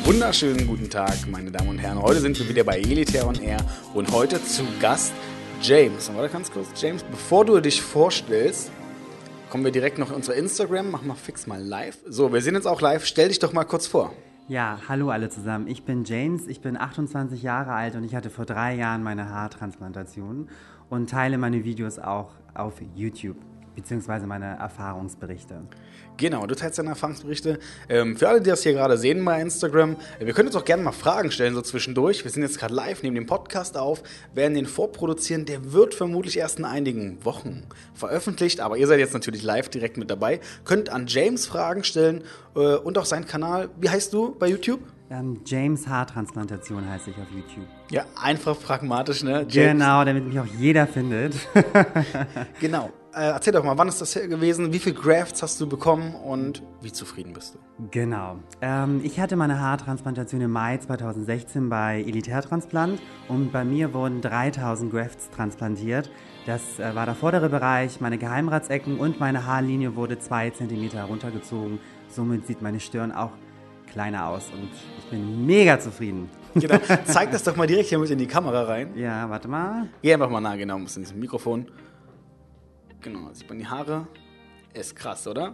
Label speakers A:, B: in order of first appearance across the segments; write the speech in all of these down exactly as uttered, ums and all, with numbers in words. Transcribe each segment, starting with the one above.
A: wunderschönen guten Tag, meine Damen und Herren. Heute sind wir wieder bei Elitair on Air und heute zu Gast James. Und warte ganz kurz, James, bevor du dich vorstellst, kommen wir direkt noch in unser Instagram. Mach mal fix mal live. So, wir sind jetzt auch live. Stell dich doch mal kurz vor.
B: Ja, hallo alle zusammen. Ich bin James, ich bin achtundzwanzig Jahre alt und ich hatte vor drei Jahren meine Haartransplantation und teile meine Videos auch auf YouTube, beziehungsweise meine Erfahrungsberichte.
A: Genau, du teilst deine Erfahrungsberichte. Ähm, für alle, die das hier gerade sehen bei Instagram, wir können uns auch gerne mal Fragen stellen, so zwischendurch. Wir sind jetzt gerade live, nehmen den Podcast auf, werden den vorproduzieren. Der wird vermutlich erst in einigen Wochen veröffentlicht, aber ihr seid jetzt natürlich live direkt mit dabei. Könnt an James Fragen stellen äh, und auch seinen Kanal. Wie heißt du bei YouTube?
B: Ähm, James Haartransplantation heiße ich auf YouTube.
A: Ja, einfach pragmatisch, ne?
B: James. Genau, damit mich auch jeder findet.
A: Genau. Äh, erzähl doch mal, wann ist das gewesen? Wie viele Grafts hast du bekommen und wie zufrieden bist du?
B: Genau. Ähm, ich hatte meine Haartransplantation im Mai zweitausendsechzehn bei Elitair Transplant und bei mir wurden dreitausend Grafts transplantiert. Das äh, war der vordere Bereich, meine Geheimratsecken und meine Haarlinie wurde zwei Zentimeter runtergezogen. Somit sieht meine Stirn auch kleiner aus und ich bin mega zufrieden.
A: Genau. Zeig das doch mal direkt hier mit in die Kamera rein.
B: Ja, warte mal.
A: Geh einfach mal nah, genau, ein bisschen ins Mikrofon. Genau, sieht man die Haare. Ist krass, oder?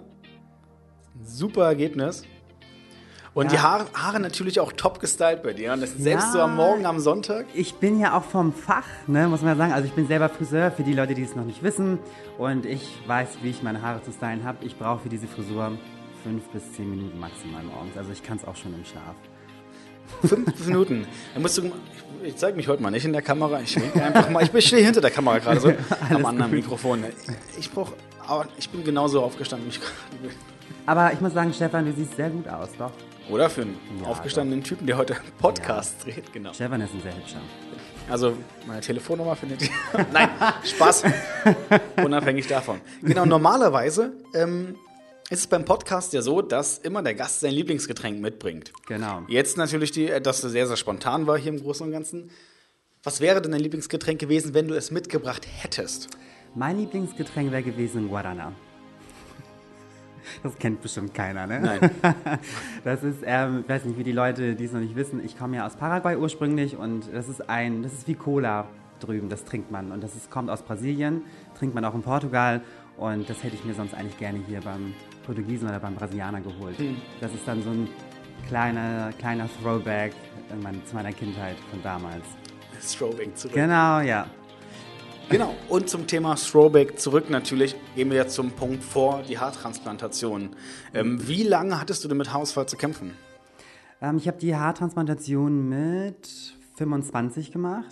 A: Super Ergebnis. Und
B: ja.
A: die Haare, Haare natürlich auch top gestylt bei dir. Und das selbst
B: ja,
A: so am Morgen, am Sonntag.
B: Ich bin ja auch vom Fach, ne, muss man sagen. Also ich bin selber Friseur, für die Leute, die es noch nicht wissen. Und ich weiß, wie ich meine Haare zu stylen habe. Ich brauche für diese Frisur fünf bis zehn Minuten maximal morgens. Also ich kann es auch schon im Schlaf.
A: Fünf Minuten. Dann musst du, ich, ich zeige mich heute mal nicht in der Kamera. Ich einfach mal. Ich stehe hinter der Kamera gerade so. Am anderen gut. Mikrofon. Ich, ich brauche, ich bin genauso aufgestanden, wie ich gerade bin.
B: Aber ich muss sagen, Stefan, du siehst sehr gut aus, doch.
A: Oder für einen ja, aufgestandenen doch. Typen, der heute Podcast ja. dreht, genau.
B: Stefan ist ein sehr hübscher.
A: Also, meine Telefonnummer findet ihr. Nein, Spaß. Unabhängig davon. Genau, normalerweise ähm, ist es beim Podcast ja so, dass immer der Gast sein Lieblingsgetränk mitbringt.
B: Genau.
A: Jetzt natürlich, die, dass das sehr, sehr spontan war hier im Großen und Ganzen. Was wäre denn dein Lieblingsgetränk gewesen, wenn du es mitgebracht hättest?
B: Mein Lieblingsgetränk wäre gewesen Guarana. Das kennt bestimmt keiner, ne?
A: Nein.
B: Das ist, ähm, ich weiß nicht, wie die Leute, die es noch nicht wissen, ich komme ja aus Paraguay ursprünglich und das ist ein, das ist wie Cola drüben, das trinkt man. Und das ist, kommt aus Brasilien, trinkt man auch in Portugal und das hätte ich mir sonst eigentlich gerne hier beim Portugiesen oder beim Brasilianer geholt. Hm. Das ist dann so ein kleiner, kleiner Throwback in mein, zu meiner Kindheit von damals.
A: Throwback zurück.
B: Genau, ja.
A: Genau, und zum Thema Throwback zurück natürlich, gehen wir jetzt zum Punkt vor, die Haartransplantation. Ähm, wie lange hattest du denn mit Haarausfall zu kämpfen?
B: Ähm, ich habe die Haartransplantation mit fünfundzwanzig gemacht.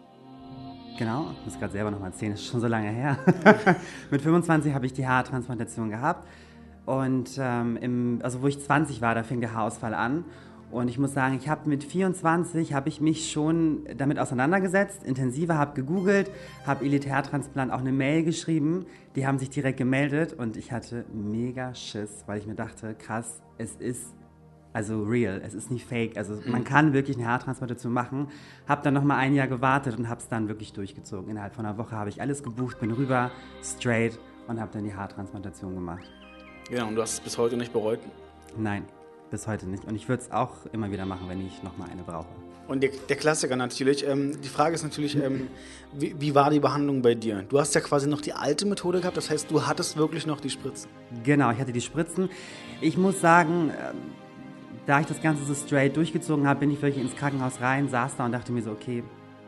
B: Genau, ich muss gerade selber nochmal erzählen, das ist schon so lange her. Mit fünfundzwanzig habe ich die Haartransplantation gehabt und ähm, im, also wo ich zwanzig war, da fing der Haarausfall an. Und ich muss sagen, ich habe mit vierundzwanzig habe ich mich schon damit auseinandergesetzt, intensiver, habe gegoogelt, habe Elitair Transplant auch eine Mail geschrieben, die haben sich direkt gemeldet und ich hatte mega Schiss, weil ich mir dachte, krass, es ist also real, es ist nicht fake, also man kann wirklich eine Haartransplantation machen. Habe dann nochmal ein Jahr gewartet und habe es dann wirklich durchgezogen. Innerhalb von einer Woche habe ich alles gebucht, bin rüber, straight und habe dann die Haartransplantation gemacht.
A: Ja, und du hast es bis heute nicht bereut?
B: Nein. Bis heute nicht. Und ich würde es auch immer wieder machen, wenn ich nochmal eine brauche.
A: Und der, der Klassiker natürlich. Ähm, die Frage ist natürlich, ähm, wie, wie war die Behandlung bei dir? Du hast ja quasi noch die alte Methode gehabt, das heißt, du hattest wirklich noch die Spritzen.
B: Genau, ich hatte die Spritzen. Ich muss sagen, äh, da ich das Ganze so straight durchgezogen habe, bin ich wirklich ins Krankenhaus rein, saß da und dachte mir so, okay,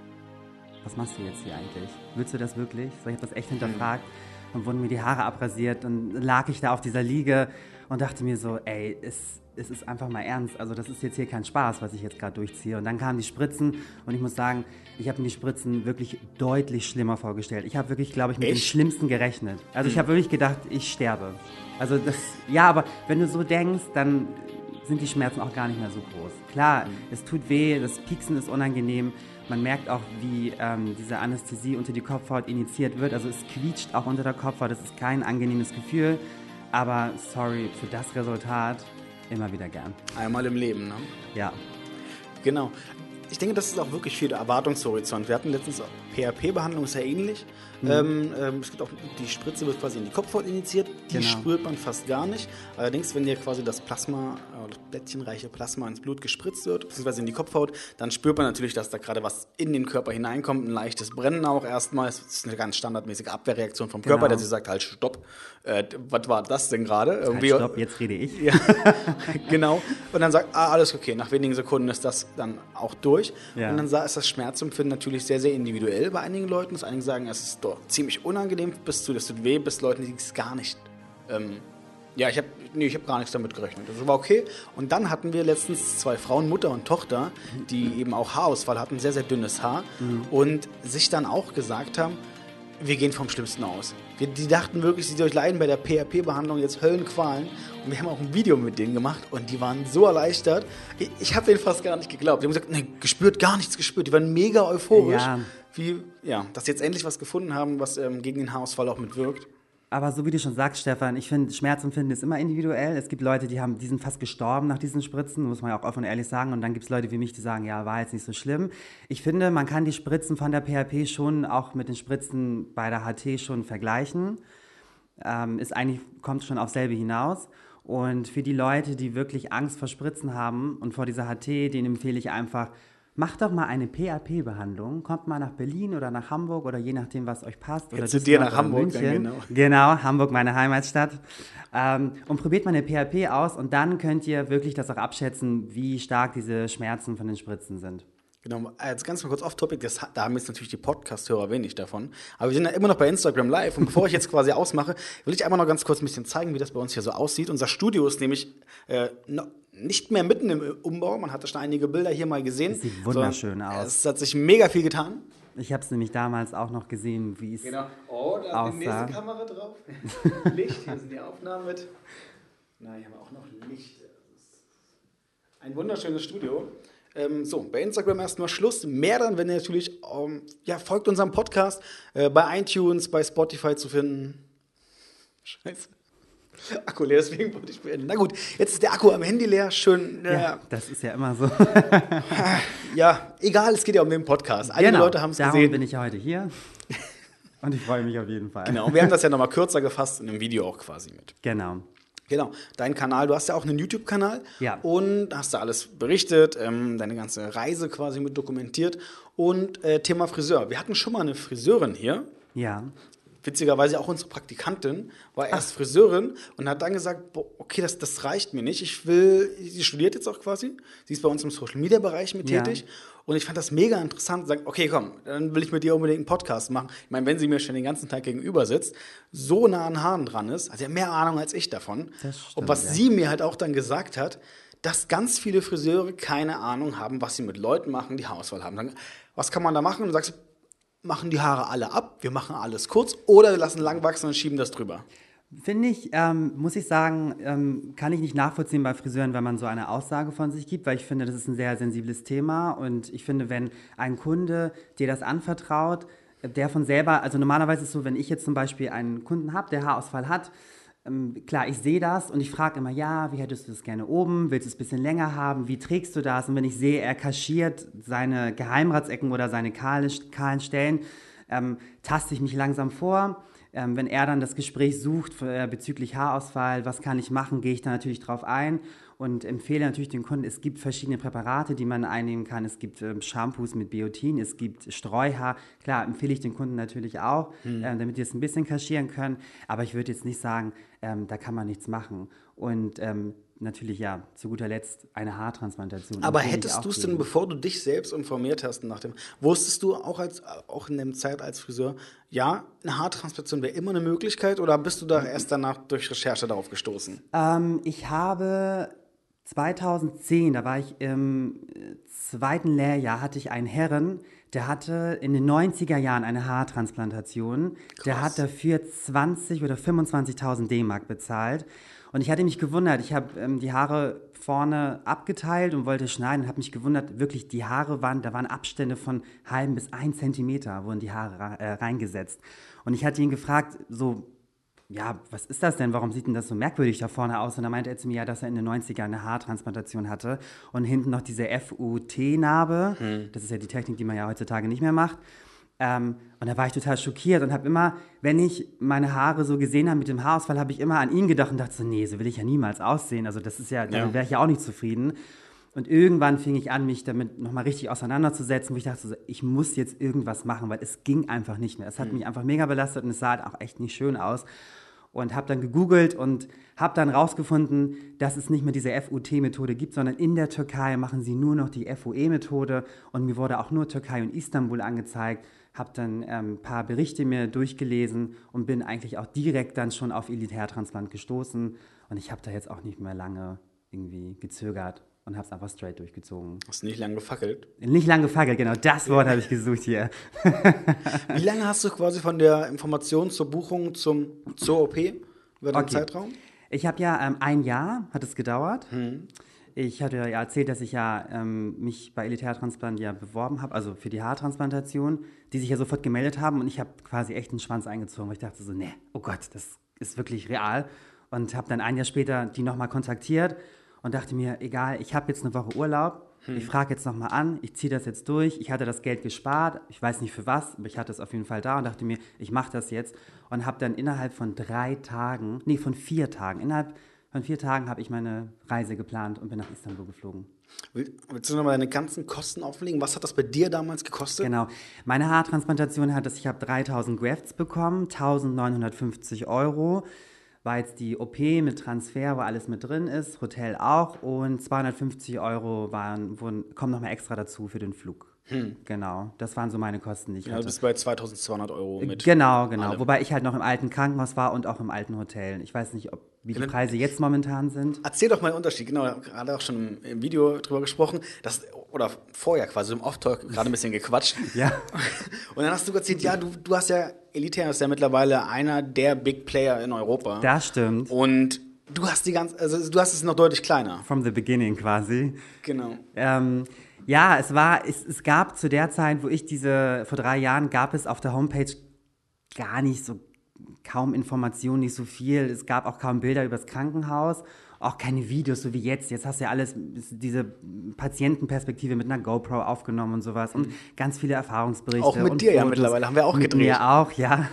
B: was machst du jetzt hier eigentlich? Willst du das wirklich? So, ich habe das echt hinterfragt. Mhm. Und wurden mir die Haare abrasiert. Dann lag ich da auf dieser Liege und dachte mir so, ey, es es ist einfach mal ernst, also das ist jetzt hier kein Spaß, was ich jetzt gerade durchziehe. Und dann kamen die Spritzen und ich muss sagen, ich habe mir die Spritzen wirklich deutlich schlimmer vorgestellt. Ich habe wirklich, glaube ich, mit Echt? dem Schlimmsten gerechnet. Also ich habe wirklich gedacht, ich sterbe. Also das, ja, aber wenn du so denkst, dann sind die Schmerzen auch gar nicht mehr so groß. Klar, es tut weh, das Pieksen ist unangenehm. Man merkt auch, wie ähm, diese Anästhesie unter die Kopfhaut initiiert wird. Also es quietscht auch unter der Kopfhaut, das ist kein angenehmes Gefühl. Aber sorry, für das Resultat immer wieder gern.
A: Einmal im Leben, ne?
B: Ja.
A: Genau. Ich denke, das ist auch wirklich viel Erwartungshorizont. Wir hatten letztens P R P-Behandlung ist ja ähnlich. Mhm. Ähm, ähm, es gibt auch, die Spritze wird quasi in die Kopfhaut injiziert, die genau. spürt man fast gar nicht. Allerdings, wenn dir quasi das Plasma, äh, das blättchenreiche Plasma ins Blut gespritzt wird, beziehungsweise in die Kopfhaut, dann spürt man natürlich, dass da gerade was in den Körper hineinkommt, ein leichtes Brennen auch erstmal. Das ist eine ganz standardmäßige Abwehrreaktion vom Körper, genau. der sich sagt, halt stopp, äh, was war das denn gerade?
B: Halt stopp, jetzt rede ich.
A: Ja, genau. Und dann sagt, ah, alles okay, nach wenigen Sekunden ist das dann auch durch. Ja. Und dann ist das Schmerzempfinden natürlich sehr, sehr individuell bei einigen Leuten. Dass einige sagen, es ist doch ziemlich unangenehm, bis zu, das tut weh, bis Leuten, die es gar nicht. Ähm, ja, ich habe nee, ich hab gar nichts damit gerechnet. Das war okay. Und dann hatten wir letztens zwei Frauen, Mutter und Tochter, die eben auch Haarausfall hatten, sehr, sehr dünnes Haar. Mhm. Und sich dann auch gesagt haben, wir gehen vom Schlimmsten aus. Wir, die dachten wirklich, sie durchleiden bei der P R P-Behandlung jetzt Höllenqualen. Und wir haben auch ein Video mit denen gemacht und die waren so erleichtert. Ich, ich habe denen fast gar nicht geglaubt. Die haben gesagt, nee, gespürt, gar nichts gespürt. Die waren mega euphorisch, ja. Wie, ja, dass sie jetzt endlich was gefunden haben, was ähm, gegen den Haarausfall auch mitwirkt.
B: Aber so wie du schon sagst, Stefan, ich finde, Schmerzempfinden ist immer individuell. Es gibt Leute, die haben, die sind fast gestorben nach diesen Spritzen, muss man ja auch offen und ehrlich sagen. Und dann gibt es Leute wie mich, die sagen, ja, war jetzt nicht so schlimm. Ich finde, man kann die Spritzen von der P R P schon auch mit den Spritzen bei der H T schon vergleichen. Ähm, ist eigentlich, kommt schon aufs selbe hinaus. Und für die Leute, die wirklich Angst vor Spritzen haben und vor dieser H T, denen empfehle ich einfach, macht doch mal eine P R P-Behandlung, kommt mal nach Berlin oder nach Hamburg oder je nachdem, was euch passt.
A: Jetzt zu dir nach Hamburg, dann genau.
B: Genau, Hamburg, meine Heimatstadt. Ähm, und probiert mal eine P R P aus und dann könnt ihr wirklich das auch abschätzen, wie stark diese Schmerzen von den Spritzen sind.
A: Genau, jetzt ganz mal kurz off-topic, das, da haben jetzt natürlich die Podcast-Hörer wenig davon, aber wir sind ja immer noch bei Instagram live und bevor ich jetzt quasi ausmache, will ich einmal noch ganz kurz ein bisschen zeigen, wie das bei uns hier so aussieht. Unser Studio ist nämlich äh, no, nicht mehr mitten im Umbau, man hatte schon einige Bilder hier mal gesehen.
B: Das sieht wunderschön
A: so,
B: aus.
A: Es hat sich mega viel getan.
B: Ich habe es nämlich damals auch noch gesehen, wie es
A: genau. Oh, da ist die nächste Kamera drauf. Licht, hier sind die Aufnahmen mit. Na, hier haben wir auch noch Licht. Ein wunderschönes Studio. Ähm, so, bei Instagram erstmal Schluss. Mehr dann, wenn ihr natürlich, ähm, ja, folgt unserem Podcast, äh, bei iTunes, bei Spotify zu finden. Scheiße. Akku leer, deswegen wollte ich beenden. Na gut, jetzt ist der Akku am Handy leer. Schön. Äh,
B: ja, das ist ja immer so.
A: Ja, egal, es geht ja um den Podcast. Einige
B: genau,
A: Leute haben es gesehen.
B: Darum bin ich ja heute hier. Und ich freue mich auf jeden Fall.
A: Genau, und wir haben das ja nochmal kürzer gefasst in einem Video auch quasi mit.
B: Genau.
A: Genau, dein Kanal, du hast ja auch einen YouTube-Kanal
B: ja.
A: und hast da alles berichtet, ähm, deine ganze Reise quasi mit dokumentiert und äh, Thema Friseur. Wir hatten schon mal eine Friseurin hier.
B: Ja.
A: Witzigerweise auch unsere Praktikantin war erst Ach. Friseurin und hat dann gesagt, boah, okay, das, das reicht mir nicht. Ich will, sie studiert jetzt auch quasi, sie ist bei uns im Social-Media-Bereich mit
B: ja.
A: tätig und ich fand das mega interessant, sagen, okay, komm, dann will ich mit dir unbedingt einen Podcast machen. Ich meine, wenn sie mir schon den ganzen Tag gegenüber sitzt, so nah an Haaren dran ist, also sie hat mehr Ahnung als ich davon.
B: Das stimmt,
A: und was
B: ja.
A: sie mir halt auch dann gesagt hat, dass ganz viele Friseure keine Ahnung haben, was sie mit Leuten machen, die Haarausfall haben. Dann, was kann man da machen? Und du sagst, machen die Haare alle ab, wir machen alles kurz oder wir lassen lang wachsen und schieben das drüber.
B: Finde ich, ähm, muss ich sagen, ähm, kann ich nicht nachvollziehen bei Friseuren, wenn man so eine Aussage von sich gibt, weil ich finde, das ist ein sehr sensibles Thema und ich finde, wenn ein Kunde dir das anvertraut, der von selber, also normalerweise ist es so, wenn ich jetzt zum Beispiel einen Kunden habe, der Haarausfall hat, ähm, klar, ich sehe das und ich frage immer, ja, wie hättest du das gerne oben, willst du es ein bisschen länger haben, wie trägst du das? Und wenn ich sehe, er kaschiert seine Geheimratsecken oder seine kahlen, kahlen Stellen, ähm, taste ich mich langsam vor. Ähm, wenn er dann das Gespräch sucht äh, bezüglich Haarausfall, was kann ich machen, gehe ich da natürlich drauf ein und empfehle natürlich den Kunden, es gibt verschiedene Präparate, die man einnehmen kann. Es gibt ähm, Shampoos mit Biotin, es gibt Streuhaar. Klar, empfehle ich den Kunden natürlich auch, mhm. ähm, damit die es ein bisschen kaschieren können. Aber ich würde jetzt nicht sagen, ähm, da kann man nichts machen. Und ähm, natürlich, ja, zu guter Letzt eine Haartransplantation.
A: Aber hättest du es denn, bevor du dich selbst informiert hast, nach dem, wusstest du auch, als, auch in der Zeit als Friseur, ja, eine Haartransplantation wäre immer eine Möglichkeit oder bist du da erst danach durch Recherche darauf gestoßen?
B: Ähm, ich habe zweitausendzehn, da war ich im zweiten Lehrjahr, hatte ich einen Herren, der hatte in den neunziger Jahren eine Haartransplantation. Krass. Der hat dafür zwanzig oder fünfundzwanzigtausend D-Mark bezahlt. Und ich hatte mich gewundert, ich habe ähm, die Haare vorne abgeteilt und wollte schneiden und habe mich gewundert, wirklich die Haare waren, da waren Abstände von halben bis ein Zentimeter, wurden die Haare äh, reingesetzt. Und ich hatte ihn gefragt, so, ja, was ist das denn, warum sieht denn das so merkwürdig da vorne aus? Und da meinte er zu mir, ja, dass er in den neunzigern eine Haartransplantation hatte und hinten noch diese F U T-Narbe, hm. das ist ja die Technik, die man ja heutzutage nicht mehr macht. Ähm, und da war ich total schockiert und habe immer, wenn ich meine Haare so gesehen habe mit dem Haarausfall, habe ich immer an ihn gedacht und dachte so, nee, so will ich ja niemals aussehen. Also das ist ja, damit
A: Ja.
B: wäre ich ja auch nicht zufrieden. Und irgendwann fing ich an, mich damit nochmal richtig auseinanderzusetzen, wo ich dachte so, ich muss jetzt irgendwas machen, weil es ging einfach nicht mehr. Es hat mich einfach mega belastet und es sah halt auch echt nicht schön aus. Und habe dann gegoogelt und habe dann rausgefunden, dass es nicht mehr diese F U T-Methode gibt, sondern in der Türkei machen sie nur noch die F U E-Methode. Und mir wurde auch nur Türkei und Istanbul angezeigt. Habe dann ähm, ein paar Berichte mir durchgelesen und bin eigentlich auch direkt dann schon auf Elitärtransplant gestoßen. Und ich habe da jetzt auch nicht mehr lange irgendwie gezögert und habe es einfach straight durchgezogen.
A: Hast du nicht lange gefackelt?
B: Nicht lange gefackelt, genau, das Wort habe ich gesucht hier.
A: Wie lange hast du quasi von der Information zur Buchung zum, zur O P über den
B: Okay.
A: Zeitraum?
B: Ich habe ja ähm, ein Jahr hat es gedauert. Hm. Ich hatte ja erzählt, dass ich ja ähm, mich bei Elitärtransplant ja beworben habe, also für die Haartransplantation, die sich ja sofort gemeldet haben und ich habe quasi echt einen Schwanz eingezogen, weil ich dachte so, nee, oh Gott, das ist wirklich real. Und habe dann ein Jahr später die nochmal kontaktiert und dachte mir, egal, ich habe jetzt eine Woche Urlaub, hm. ich frage jetzt nochmal an, ich ziehe das jetzt durch, ich hatte das Geld gespart, ich weiß nicht für was, aber ich hatte es auf jeden Fall da und dachte mir, ich mache das jetzt und habe dann innerhalb von drei Tagen, nee, von vier Tagen, innerhalb von vier Tagen habe ich meine Reise geplant und bin nach Istanbul geflogen.
A: Will, willst du nochmal deine ganzen Kosten auflegen? Was hat das bei dir damals gekostet?
B: Genau. Meine Haartransplantation hat es, ich habe dreitausend Grafts bekommen, eintausendneunhundertfünfzig Euro. War jetzt die O P mit Transfer, wo alles mit drin ist, Hotel auch und zweihundertfünfzig Euro waren, wurden, kommen nochmal extra dazu für den Flug. Hm. Genau, das waren so meine Kosten, die ich
A: Ja,
B: hatte.
A: du bist bei zweitausendzweihundert Euro mit.
B: Genau, genau.
A: allem.
B: Wobei ich halt noch im alten Krankenhaus war und auch im alten Hotel. Ich weiß nicht, ob, wie die Preise jetzt momentan sind.
A: Erzähl doch mal den Unterschied. Genau, wir haben gerade auch schon im, im Video drüber gesprochen. Das, oder vorher quasi im Off-Talk gerade ein bisschen gequatscht.
B: Ja.
A: Und dann hast du erzählt, ja, du, du hast ja, Elitär ist ja mittlerweile einer der Big Player in Europa.
B: Das stimmt.
A: Und du hast die ganz, also du hast es noch deutlich kleiner.
B: From the beginning quasi.
A: Genau.
B: Ähm, ja, es war, es, es gab zu der Zeit, wo ich diese, vor drei Jahren gab es auf der Homepage gar nicht so, kaum Informationen, nicht so viel. Es gab auch kaum Bilder über das Krankenhaus, auch keine Videos, so wie jetzt. Jetzt hast du ja alles, diese Patientenperspektive mit einer GoPro aufgenommen und sowas und ganz viele Erfahrungsberichte.
A: Auch mit
B: und
A: dir ja
B: Fotos.
A: mittlerweile, haben wir auch
B: mit
A: gedreht.
B: Mir auch, ja.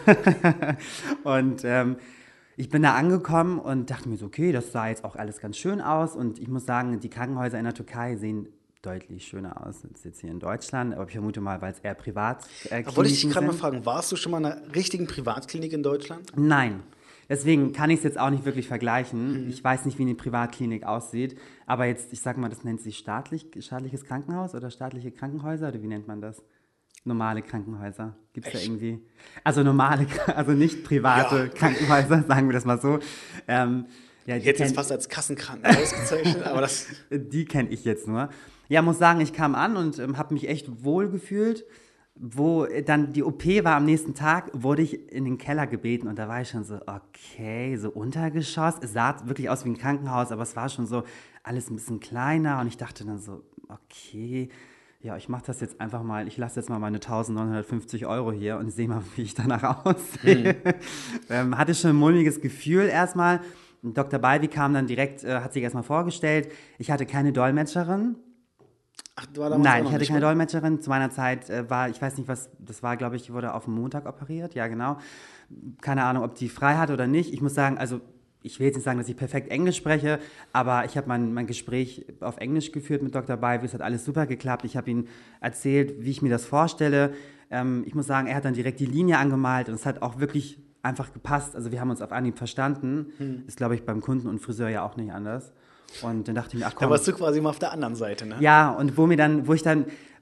B: Und ähm, ich bin da angekommen und dachte mir so, okay, das sah jetzt auch alles ganz schön aus. Und ich muss sagen, die Krankenhäuser in der Türkei sehen deutlich schöner aus als jetzt hier in Deutschland. Aber ich vermute mal, weil es eher privat äh,
A: Da wollte ich dich gerade mal
B: sind.
A: fragen, warst du schon mal in einer richtigen Privatklinik in Deutschland?
B: Nein. Deswegen kann ich es jetzt auch nicht wirklich vergleichen. Mhm. Ich weiß nicht, wie eine Privatklinik aussieht. Aber jetzt, ich sag mal, das nennt sich staatlich, staatliches Krankenhaus oder staatliche Krankenhäuser? Oder wie nennt man das? Normale Krankenhäuser. Gibt es da irgendwie? Also normale, also nicht private
A: Ja.
B: Krankenhäuser, sagen wir das mal so. Ähm, ja,
A: Ich hätte
B: kenn-
A: jetzt fast als Kassenkrankenhaus gezeichnet, aber das...
B: Die kenne ich jetzt nur. Ja, muss sagen, ich kam an und ähm, habe mich echt wohl gefühlt. Wo dann die O P war am nächsten Tag, wurde ich in den Keller gebeten und da war ich schon so, okay, so Untergeschoss. Es sah wirklich aus wie ein Krankenhaus, aber es war schon so alles ein bisschen kleiner und ich dachte dann so, okay, ja, ich mache das jetzt einfach mal, ich lasse jetzt mal meine eintausendneunhundertfünfzig Euro hier und sehe mal, wie ich danach aussehe. Mhm. ähm, hatte schon ein mulmiges Gefühl erstmal. Doktor Balvi kam dann direkt, äh, hat sich erstmal vorgestellt. Ich hatte keine Dolmetscherin.
A: Ach, du war damals
B: Nein,
A: auch noch
B: ich hatte
A: nicht,
B: keine
A: ne?
B: Dolmetscherin. Zu meiner Zeit äh, war, ich weiß nicht, was, das war, glaube ich, wurde auf dem Montag operiert. Ja, genau. Keine Ahnung, ob die frei hat oder nicht. Ich muss sagen, also ich will jetzt nicht sagen, dass ich perfekt Englisch spreche, aber ich habe mein, mein Gespräch auf Englisch geführt mit Doktor Balvi. Es hat alles super geklappt. Ich habe ihm erzählt, wie ich mir das vorstelle. Ähm, ich muss sagen, er hat dann direkt die Linie angemalt und es hat auch wirklich einfach gepasst. Also wir haben uns auf Anhieb verstanden. Hm. Ist, glaube ich, beim Kunden und Friseur ja auch nicht anders. Und dann dachte ich mir, ach komm.
A: Da warst du quasi mal auf der anderen Seite, ne?
B: Ja, und wo mir dann, wo ich dann,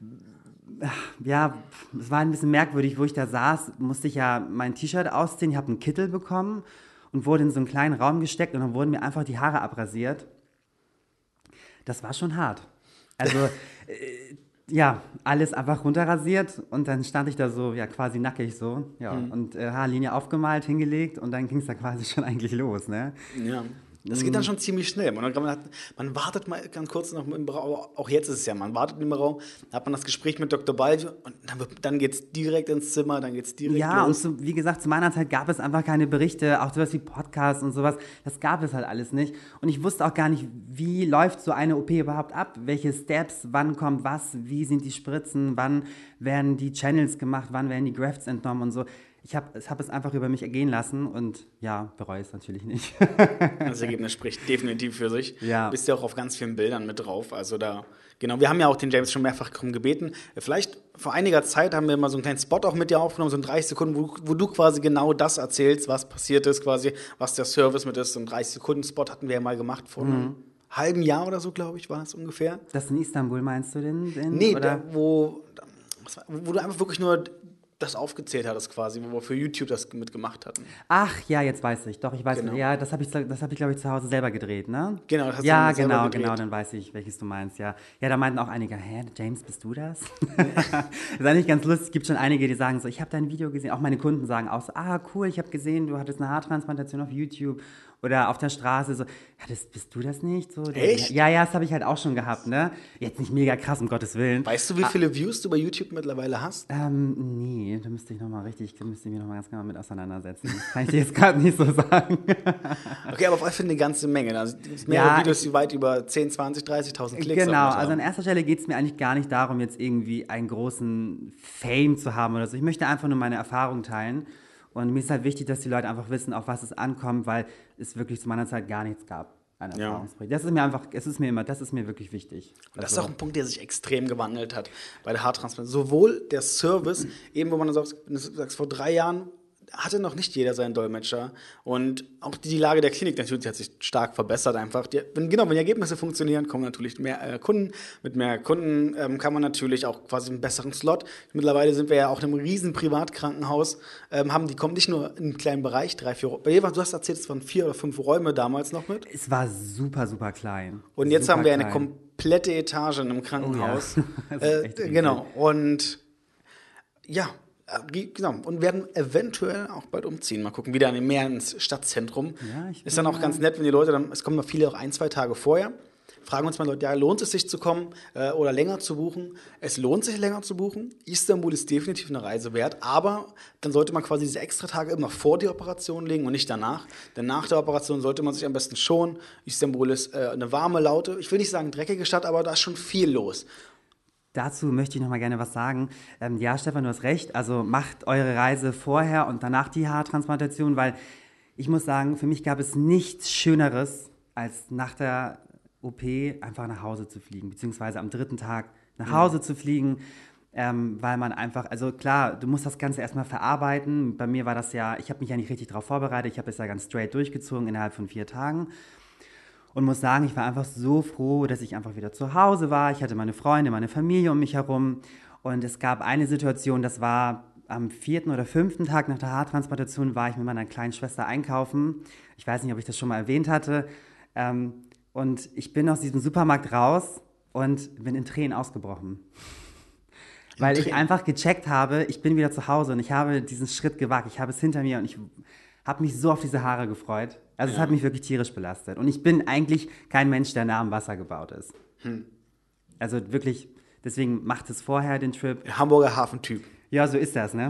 B: ja, es war ein bisschen merkwürdig, wo ich da saß, musste ich ja mein T-Shirt ausziehen, ich habe einen Kittel bekommen und wurde in so einen kleinen Raum gesteckt und dann wurden mir einfach die Haare abrasiert. Das war schon hart. Also, äh, ja, alles einfach runterrasiert und dann stand ich da so, ja, quasi nackig so, ja, mhm. und äh, Haarlinie aufgemalt, hingelegt und dann ging es da quasi schon eigentlich los, ne?
A: Ja. Das geht dann schon ziemlich schnell. Man, hat, man wartet mal ganz kurz noch im Raum, auch jetzt ist es ja, man wartet im Raum, dann hat man das Gespräch mit Doktor Baldi und dann, dann geht es direkt ins Zimmer, dann geht es direkt
B: ja,
A: los.
B: Ja, und zu, wie gesagt, zu meiner Zeit gab es einfach keine Berichte, auch sowas wie Podcasts und sowas, das gab es halt alles nicht. Und ich wusste auch gar nicht, wie läuft so eine O P überhaupt ab, welche Steps, wann kommt was, wie sind die Spritzen, wann werden die Channels gemacht, wann werden die Grafts entnommen und so. Ich habe hab es einfach über mich ergehen lassen und ja, bereue es natürlich nicht.
A: Das Ergebnis spricht definitiv für sich.
B: Ja.
A: Bist ja auch auf ganz vielen Bildern mit drauf. Also da, genau, wir haben ja auch den James schon mehrfach darum gebeten. Vielleicht vor einiger Zeit haben wir mal so einen kleinen Spot auch mit dir aufgenommen, so in dreißig Sekunden, wo, wo du quasi genau das erzählst, was passiert ist, quasi, was der Service mit ist. So einen dreißig Sekunden Spot hatten wir ja mal gemacht vor mhm. einem halben Jahr oder so, glaube ich, war es ungefähr.
B: Das in Istanbul meinst du denn? denn
A: nee,
B: oder?
A: Da, wo, wo du einfach wirklich nur das aufgezählt hattest quasi, wo wir für YouTube das mitgemacht hatten.
B: Ach ja, jetzt weiß ich. Doch, ich weiß
A: genau.
B: nicht. Ja, das habe ich, das hab ich glaube ich, zu Hause selber gedreht, ne?
A: Genau, das hast
B: ja,
A: du selber
B: genau,
A: gedreht.
B: genau, dann weiß ich, welches du meinst, ja. Ja, da meinten auch einige, hä, James, bist du das? Das ist eigentlich ganz lustig. Es gibt schon einige, die sagen so, ich habe dein Video gesehen. Auch meine Kunden sagen auch so, ah, cool, ich habe gesehen, du hattest eine Haartransplantation auf YouTube oder auf der Straße. So, ja, das, bist du das nicht? So, der,
A: Echt?
B: Ja, ja, das habe ich halt auch schon gehabt, ne? Jetzt nicht mega krass, um Gottes Willen.
A: Weißt du, wie viele ah, Views du bei YouTube mittlerweile hast?
B: Ähm, nee, da müsste ich nochmal richtig, da müsste ich mich nochmal ganz genau mit auseinandersetzen. Das kann ich dir jetzt gerade nicht so sagen.
A: Okay, aber auf jeden Fall eine ganze Menge. Also mehrere ja, Videos, die weit über zehn, zwanzig, dreißigtausend Klicks
B: Genau, also an erster Stelle geht es mir eigentlich gar nicht darum, jetzt irgendwie einen großen Fame zu haben oder so. Ich möchte einfach nur meine Erfahrung teilen. Und mir ist halt wichtig, dass die Leute einfach wissen, auf was es ankommt, weil es wirklich zu meiner Zeit gar nichts gab. Ein Erfahrungsbericht. Ja. Das ist mir einfach, es ist mir immer, das ist mir wirklich wichtig.
A: Und das also, ist auch ein Punkt, der sich extrem gewandelt hat bei der Haartransplantation. Sowohl der Service, eben wo man sagt, du sagst, vor drei Jahren hatte noch nicht jeder seinen Dolmetscher. Und auch die Lage der Klinik natürlich hat sich stark verbessert einfach. Die, wenn, genau, wenn die Ergebnisse funktionieren, kommen natürlich mehr äh, Kunden. Mit mehr Kunden ähm, kann man natürlich auch quasi einen besseren Slot. Mittlerweile sind wir ja auch in einem riesen Privatkrankenhaus. Ähm, haben, die kommen nicht nur in einen kleinen Bereich, drei, vier Räume. Bei dir, du hast erzählt, es waren vier oder fünf Räume damals noch mit.
B: Es war super, super klein.
A: Und jetzt
B: super
A: haben wir eine
B: klein.
A: komplette Etage in einem Krankenhaus.
B: Oh ja. Das ist echt
A: äh, genau. Und ja, genau, und werden eventuell auch bald umziehen. Mal gucken, wieder mehr ins Stadtzentrum.
B: Ja, ich
A: ist dann auch ganz nett, wenn die Leute dann, es kommen noch viele auch ein, zwei Tage vorher, fragen uns mal Leute, ja, lohnt es sich zu kommen äh, oder länger zu buchen? Es lohnt sich, länger zu buchen. Istanbul ist definitiv eine Reise wert, aber dann sollte man quasi diese extra Tage immer vor die Operation legen und nicht danach. Denn nach der Operation sollte man sich am besten schonen. Istanbul ist äh, eine warme, laute, ich will nicht sagen dreckige Stadt, aber da ist schon viel los.
B: Dazu möchte ich noch mal gerne was sagen. Ähm, ja, Stefan, du hast recht. Also macht eure Reise vorher und danach die Haartransplantation, weil ich muss sagen, für mich gab es nichts Schöneres, als nach der O P einfach nach Hause zu fliegen, beziehungsweise am dritten Tag nach Hause mhm. zu fliegen, ähm, weil man einfach, also klar, du musst das Ganze erstmal verarbeiten. Bei mir war das ja, ich habe mich ja nicht richtig darauf vorbereitet, ich habe es ja ganz straight durchgezogen innerhalb von vier Tagen. Und muss sagen, ich war einfach so froh, dass ich einfach wieder zu Hause war. Ich hatte meine Freunde, meine Familie um mich herum. Und es gab eine Situation, das war am vierten oder fünften Tag nach der Haartransplantation, war ich mit meiner kleinen Schwester einkaufen. Ich weiß nicht, ob ich das schon mal erwähnt hatte. Ähm, und ich bin aus diesem Supermarkt raus und bin in Tränen ausgebrochen. In Weil Tränen. ich einfach gecheckt habe, ich bin wieder zu Hause und ich habe diesen Schritt gewagt. Ich habe es hinter mir und ich habe mich so auf diese Haare gefreut. Also ja. Es hat mich wirklich tierisch belastet. Und ich bin eigentlich kein Mensch, der nah am Wasser gebaut ist. Hm. Also wirklich, deswegen macht es vorher den Trip.
A: Ein Hamburger Hafentyp.
B: Ja, so ist das, ne?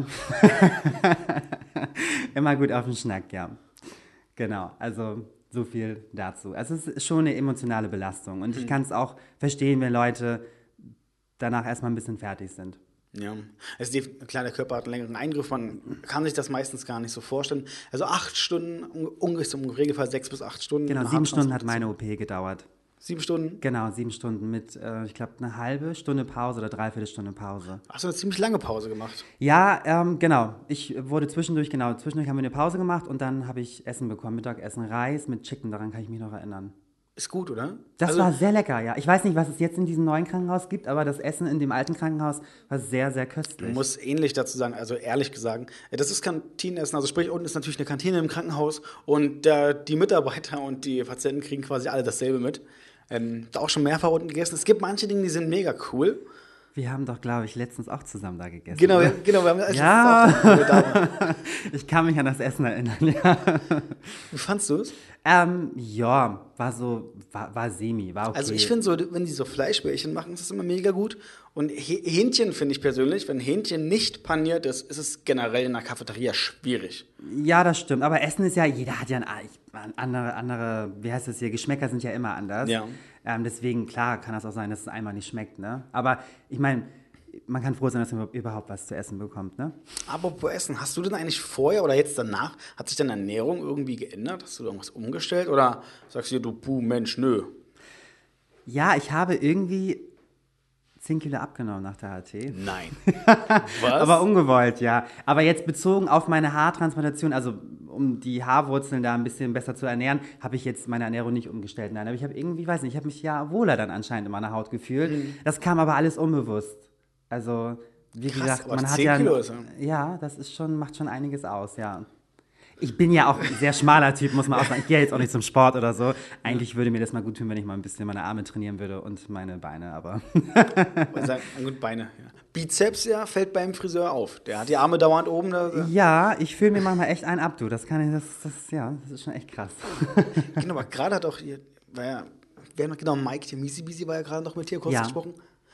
B: Immer gut auf den Schnack, ja. Genau, also so viel dazu. Also es ist schon eine emotionale Belastung. Und hm. ich kann es auch verstehen, wenn Leute danach erstmal ein bisschen fertig sind.
A: Ja, also die, klar, der Körper hat einen längeren Eingriff, man kann sich das meistens gar nicht so vorstellen. Also acht Stunden, ungefähr im Regelfall sechs bis acht Stunden.
B: Genau, sieben Stunden hat meine O P gedauert.
A: Sieben Stunden?
B: Genau, sieben Stunden mit, äh, ich glaube, eine halbe Stunde Pause oder dreiviertel Stunde Pause.
A: Hast du eine ziemlich lange Pause gemacht?
B: Ja, ähm, genau. Ich wurde zwischendurch, genau, zwischendurch haben wir eine Pause gemacht und dann habe ich Essen bekommen, Mittagessen, Reis mit Chicken, daran kann ich mich noch erinnern.
A: Ist gut, oder?
B: Das
A: also,
B: war sehr lecker, ja. Ich weiß nicht, was es jetzt in diesem neuen Krankenhaus gibt, aber das Essen in dem alten Krankenhaus war sehr, sehr köstlich.
A: Ich muss ähnlich dazu sagen, also ehrlich gesagt, das ist Kantinenessen, also sprich, unten ist natürlich eine Kantine im Krankenhaus und äh, die Mitarbeiter und die Patienten kriegen quasi alle dasselbe mit. Ähm, da auch schon mehrfach unten gegessen. Es gibt manche Dinge, die sind mega cool.
B: Wir haben doch, glaube ich, letztens auch zusammen da gegessen.
A: Genau, wir, genau, wir haben letztens
B: ja.
A: auch da.
B: Ich kann mich an das Essen erinnern, ja.
A: Wie fandst du es?
B: Ähm, ja, war so, war, war semi, war okay.
A: Also ich finde so, wenn die so Fleischbällchen machen, ist das immer mega gut. Und Hähnchen finde ich persönlich, wenn Hähnchen nicht paniert ist, ist es generell in der Cafeteria schwierig.
B: Ja, das stimmt. Aber Essen ist ja, jeder hat ja ein, ein andere, andere, wie heißt das hier, Geschmäcker sind ja immer anders.
A: Ja.
B: Ähm, deswegen, klar, kann das auch sein, dass es einmal nicht schmeckt, ne? Aber ich meine, man kann froh sein, dass man überhaupt was zu essen bekommt, ne?
A: Apropos Essen, hast du denn eigentlich vorher oder jetzt danach, hat sich deine Ernährung irgendwie geändert? Hast du irgendwas umgestellt? Oder sagst du dir, du, puh, Mensch, nö?
B: Ja, ich habe irgendwie zehn Kilo abgenommen nach der H T.
A: Nein. Was?
B: Aber ungewollt, ja. Aber jetzt bezogen auf meine Haartransplantation, also um die Haarwurzeln da ein bisschen besser zu ernähren, habe ich jetzt meine Ernährung nicht umgestellt. Nein, aber ich habe irgendwie, weiß nicht, ich habe mich ja wohler dann anscheinend in meiner Haut gefühlt. Mhm. Das kam aber alles unbewusst. Also, wie
A: Krass,
B: gesagt,
A: aber
B: man hat
A: zehn
B: ja...
A: Kilo ist ja.
B: Ja, das ist schon, macht schon einiges aus, ja. Ich bin ja auch ein sehr schmaler Typ, muss man auch sagen. Ich gehe jetzt auch nicht zum Sport oder so. Eigentlich würde mir das mal gut tun, wenn ich mal ein bisschen meine Arme trainieren würde und meine Beine, aber...
A: Sagen, gut, Beine, ja. Bizeps, ja, fällt beim Friseur auf. Der hat die Arme dauernd oben. Da,
B: ja, ich fühle mir manchmal echt einen ab, du. Das kann ich, das, das, ja, das ist schon echt krass.
A: Genau, aber gerade hat auch hier, war ja, wer hat noch, genau, Mike, der Misi Bisi war ja gerade noch mit dir kurz
B: ja.
A: gesprochen.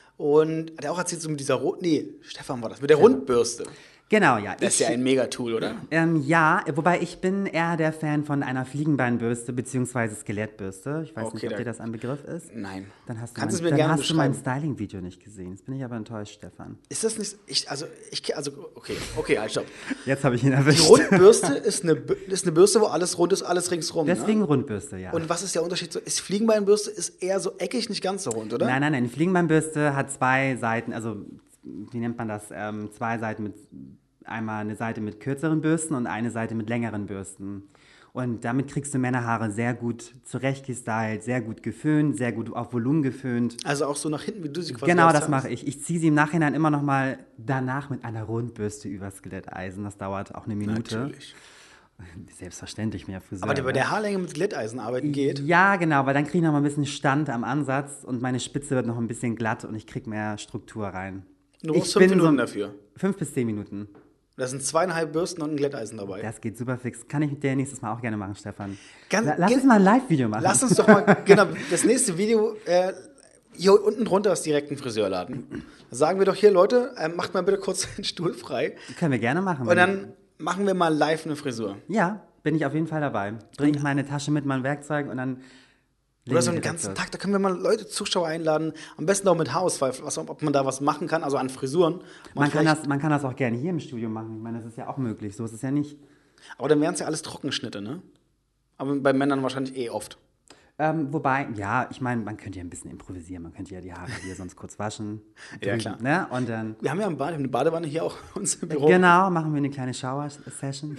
A: Und hat er auch erzählt, so mit dieser Rot, nee, Stefan war das, mit der Rundbürste.
B: Genau, ja.
A: Das ist ja ein Megatool, oder?
B: Ähm, ja, wobei ich bin eher der Fan von einer Fliegenbeinbürste bzw. Skelettbürste. Ich weiß
A: Okay,
B: nicht, ob
A: da-
B: dir das ein Begriff ist.
A: Nein.
B: Dann hast du
A: Kannst
B: mein,
A: du es mir
B: dann
A: gerne
B: hast du mein
A: beschreiben?
B: Styling-Video nicht gesehen. Jetzt bin ich aber enttäuscht, Stefan.
A: Ist das nicht, ich, also, ich, also, okay, okay, halt, stopp.
B: Jetzt habe ich ihn
A: Die
B: erwischt.
A: Rundbürste ist eine, Bü- ist eine Bürste, wo alles rund ist, alles ringsrum,
B: Deswegen
A: ne?
B: Rundbürste, ja.
A: Und was ist der Unterschied? So, ist Fliegenbeinbürste ist eher so eckig, nicht ganz so rund, oder?
B: Nein, nein, nein. Die Fliegenbeinbürste hat zwei Seiten, also wie nennt man das? Ähm, zwei Seiten mit, einmal eine Seite mit kürzeren Bürsten und eine Seite mit längeren Bürsten. Und damit kriegst du Männerhaare sehr gut zurechtgestylt, sehr gut geföhnt, sehr gut auf Volumen geföhnt.
A: Also auch so nach hinten, wie du sie quasi
B: Genau,
A: hast.
B: das mache ich. Ich ziehe sie im Nachhinein immer noch mal danach mit einer Rundbürste übers Skeletteisen. Das dauert auch eine Minute.
A: Natürlich.
B: Selbstverständlich, mehr Friseur.
A: Aber der bei
B: ne?
A: der Haarlänge mit Glätteisen arbeiten geht.
B: Ja, genau, weil dann kriege ich noch mal ein bisschen Stand am Ansatz und meine Spitze wird noch ein bisschen glatt und ich kriege mehr Struktur rein.
A: Du
B: Ich
A: brauchst fünf
B: bin
A: Minuten
B: so-
A: dafür.
B: Fünf bis zehn Minuten.
A: Da sind zweieinhalb Bürsten und ein Glätteisen dabei.
B: Das geht super fix. Kann ich mit dir nächstes Mal auch gerne machen, Stefan.
A: Ganz-
B: La- Lass
A: ge-
B: uns mal ein Live-Video machen.
A: Lass uns doch mal, genau, das nächste Video, äh, hier unten drunter ist direkt ein Friseurladen. Da sagen wir doch hier, Leute, äh, macht mal bitte kurz den Stuhl frei.
B: Können wir gerne machen.
A: Und dann machen wir mal live eine Frisur.
B: Ja, bin ich auf jeden Fall dabei. Bringe ich meine Tasche mit, mein Werkzeug und dann... legen
A: Oder so
B: wir
A: einen
B: direkt
A: ganzen
B: los.
A: Tag, da können wir mal Leute, Zuschauer einladen. Am besten auch mit Haarausfall, was, ob man da was machen kann, also an Frisuren.
B: Man kann,
A: vielleicht-
B: das, man kann das auch gerne hier im Studio machen. Ich meine, das ist ja auch möglich. So ist es ja nicht.
A: Aber dann wären es ja alles Trockenschnitte, ne? Aber bei Männern wahrscheinlich eh oft.
B: Ähm, wobei, ja, ich meine, man könnte ja ein bisschen improvisieren. Man könnte ja die Haare hier sonst kurz waschen.
A: Ja, klar.
B: Ne? Und dann,
A: Wir haben ja ein Bad, wir haben eine Badewanne hier auch bei uns im Büro.
B: genau, machen wir eine kleine Shower-Session.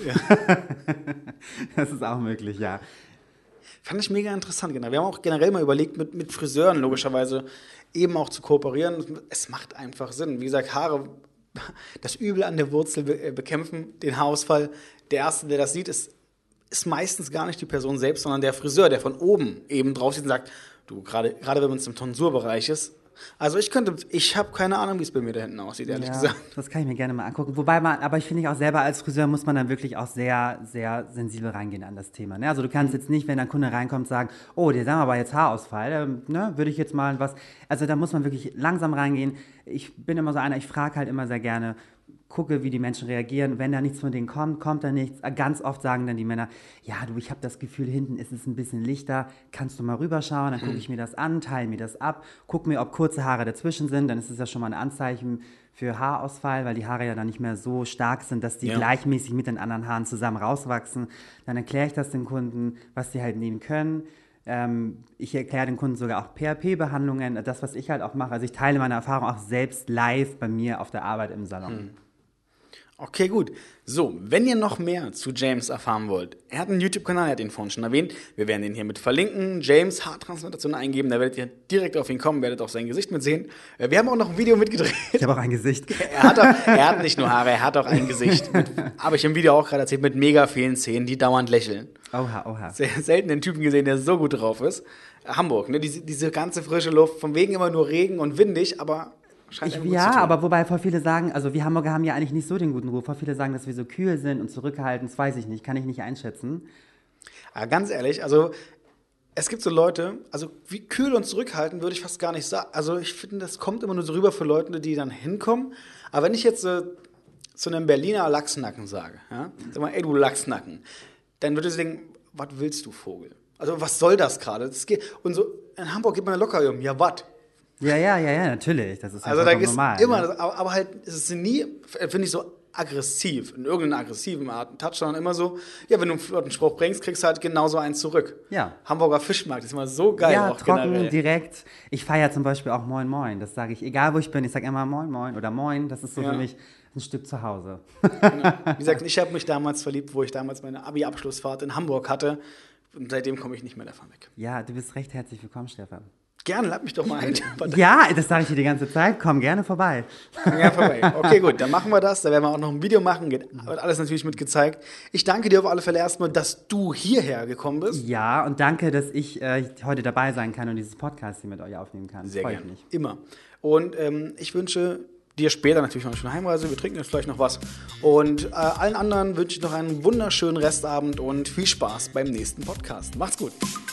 B: Das ist auch möglich, ja.
A: Fand ich mega interessant, genau. Wir haben auch generell mal überlegt, mit, mit Friseuren logischerweise eben auch zu kooperieren. Es macht einfach Sinn. Wie gesagt, Haare, das Übel an der Wurzel be äh, bekämpfen, den Haarausfall. Der Erste, der das sieht, ist, ist meistens gar nicht die Person selbst, sondern der Friseur, der von oben eben drauf sieht und sagt, du, gerade gerade wenn man es im Tonsurbereich ist. Also ich könnte, ich habe keine Ahnung, wie es bei mir da hinten aussieht, ehrlich
B: Ja,
A: gesagt.
B: das kann ich mir gerne mal angucken. Wobei man, aber ich finde auch selber als Friseur muss man dann wirklich auch sehr, sehr sensibel reingehen an das Thema. Ne? Also du kannst jetzt nicht, wenn ein Kunde reinkommt, sagen, oh, dir sagen wir aber jetzt Haarausfall, ähm, ne, würde ich jetzt mal was. Also da muss man wirklich langsam reingehen. Ich bin immer so einer, ich frage halt immer sehr gerne, gucke, wie die Menschen reagieren. Wenn da nichts von denen kommt, kommt da nichts. Ganz oft sagen dann die Männer, ja, du, ich habe das Gefühl, hinten ist es ein bisschen lichter. Kannst du mal rüberschauen? Dann gucke ich mir das an, teile mir das ab, gucke mir, ob kurze Haare dazwischen sind. Dann ist es ja schon mal ein Anzeichen für Haarausfall, weil die Haare ja dann nicht mehr so stark sind, dass die
A: Ja.
B: gleichmäßig mit den anderen Haaren zusammen rauswachsen. Dann erkläre ich das den Kunden, was die halt nehmen können. Ähm, ich erkläre den Kunden sogar auch P R P-Behandlungen, das, was ich halt auch mache. Also ich teile meine Erfahrung auch selbst live bei mir auf der Arbeit im Salon.
A: Okay, gut. So, wenn ihr noch mehr zu James erfahren wollt, er hat einen YouTube-Kanal, er hat ihn vorhin schon erwähnt. Wir werden den hier mit verlinken. James Haartransplantation eingeben, da werdet ihr direkt auf ihn kommen, werdet auch sein Gesicht mitsehen. Äh, Wir haben auch noch ein Video mitgedreht.
B: Ich habe auch ein Gesicht.
A: Er hat, auch, er hat nicht nur Haare, er hat auch ein Gesicht. Mit, habe ich im Video auch gerade erzählt, mit mega vielen Zähnen, die dauernd lächeln.
B: Oha, oha.
A: Sehr selten den Typen gesehen, der so gut drauf ist. Hamburg, ne? diese, diese ganze frische Luft, von wegen immer nur Regen und windig, aber scheint
B: Ich,
A: einem gut
B: ja,
A: zu tun.
B: aber wobei voll viele sagen, also wir Hamburger haben ja eigentlich nicht so den guten Ruf. Voll viele sagen, dass wir so kühl sind und zurückhaltend, das weiß ich nicht, kann ich nicht einschätzen.
A: Ja, ganz ehrlich, also es gibt so Leute, also wie kühl und zurückhaltend würde ich fast gar nicht sagen. Also ich finde, das kommt immer nur so rüber für Leute, die dann hinkommen. Aber wenn ich jetzt äh, zu einem Berliner Lachsnacken sage, ja, sag mal, ey du Lachsnacken, dann würde sie denken, was willst du, Vogel? Also was soll das gerade? Das geht- Und so in Hamburg geht man locker um, ja was?
B: Ja, ja, ja, ja, natürlich. Das ist ja
A: Also da
B: vollkommen
A: ist
B: normal.
A: immer,
B: ne?
A: das, aber, aber halt ist es nie, finde ich, so aggressiv, in irgendeiner aggressiven Art, ein Touch, sondern immer so, ja, wenn du einen Spruch bringst, kriegst du halt genauso einen zurück.
B: Ja.
A: Hamburger Fischmarkt ist immer so geil
B: Ja,
A: auch
B: trocken,
A: generell.
B: direkt. Ich feiere zum Beispiel auch Moin Moin. Das sage ich, egal wo ich bin, ich sage immer Moin Moin oder Moin. Das ist so
A: Ja.
B: für mich ein Stück zu Hause.
A: Wie gesagt, ich habe mich damals verliebt, wo ich damals meine Abi-Abschlussfahrt in Hamburg hatte. Und seitdem komme ich nicht mehr davon weg.
B: Ja, du bist recht herzlich willkommen, Stefan.
A: Gerne, lad mich doch mal ein.
B: Ja, das sage ich dir die ganze Zeit. Komm gerne vorbei.
A: Ja, vorbei. Okay, gut, dann machen wir das. Da werden wir auch noch ein Video machen. Wird alles natürlich mit gezeigt. Ich danke dir auf alle Fälle erstmal, dass du hierher gekommen bist.
B: Ja, und danke, dass ich äh, heute dabei sein kann und dieses Podcast hier mit euch aufnehmen kann.
A: Sehr
B: Freu
A: gerne.
B: ich mich.
A: Immer. Und ähm, ich wünsche dir später natürlich noch eine schöne Heimreise. Wir trinken jetzt vielleicht noch was. Und äh, allen anderen wünsche ich noch einen wunderschönen Restabend und viel Spaß beim nächsten Podcast. Macht's gut.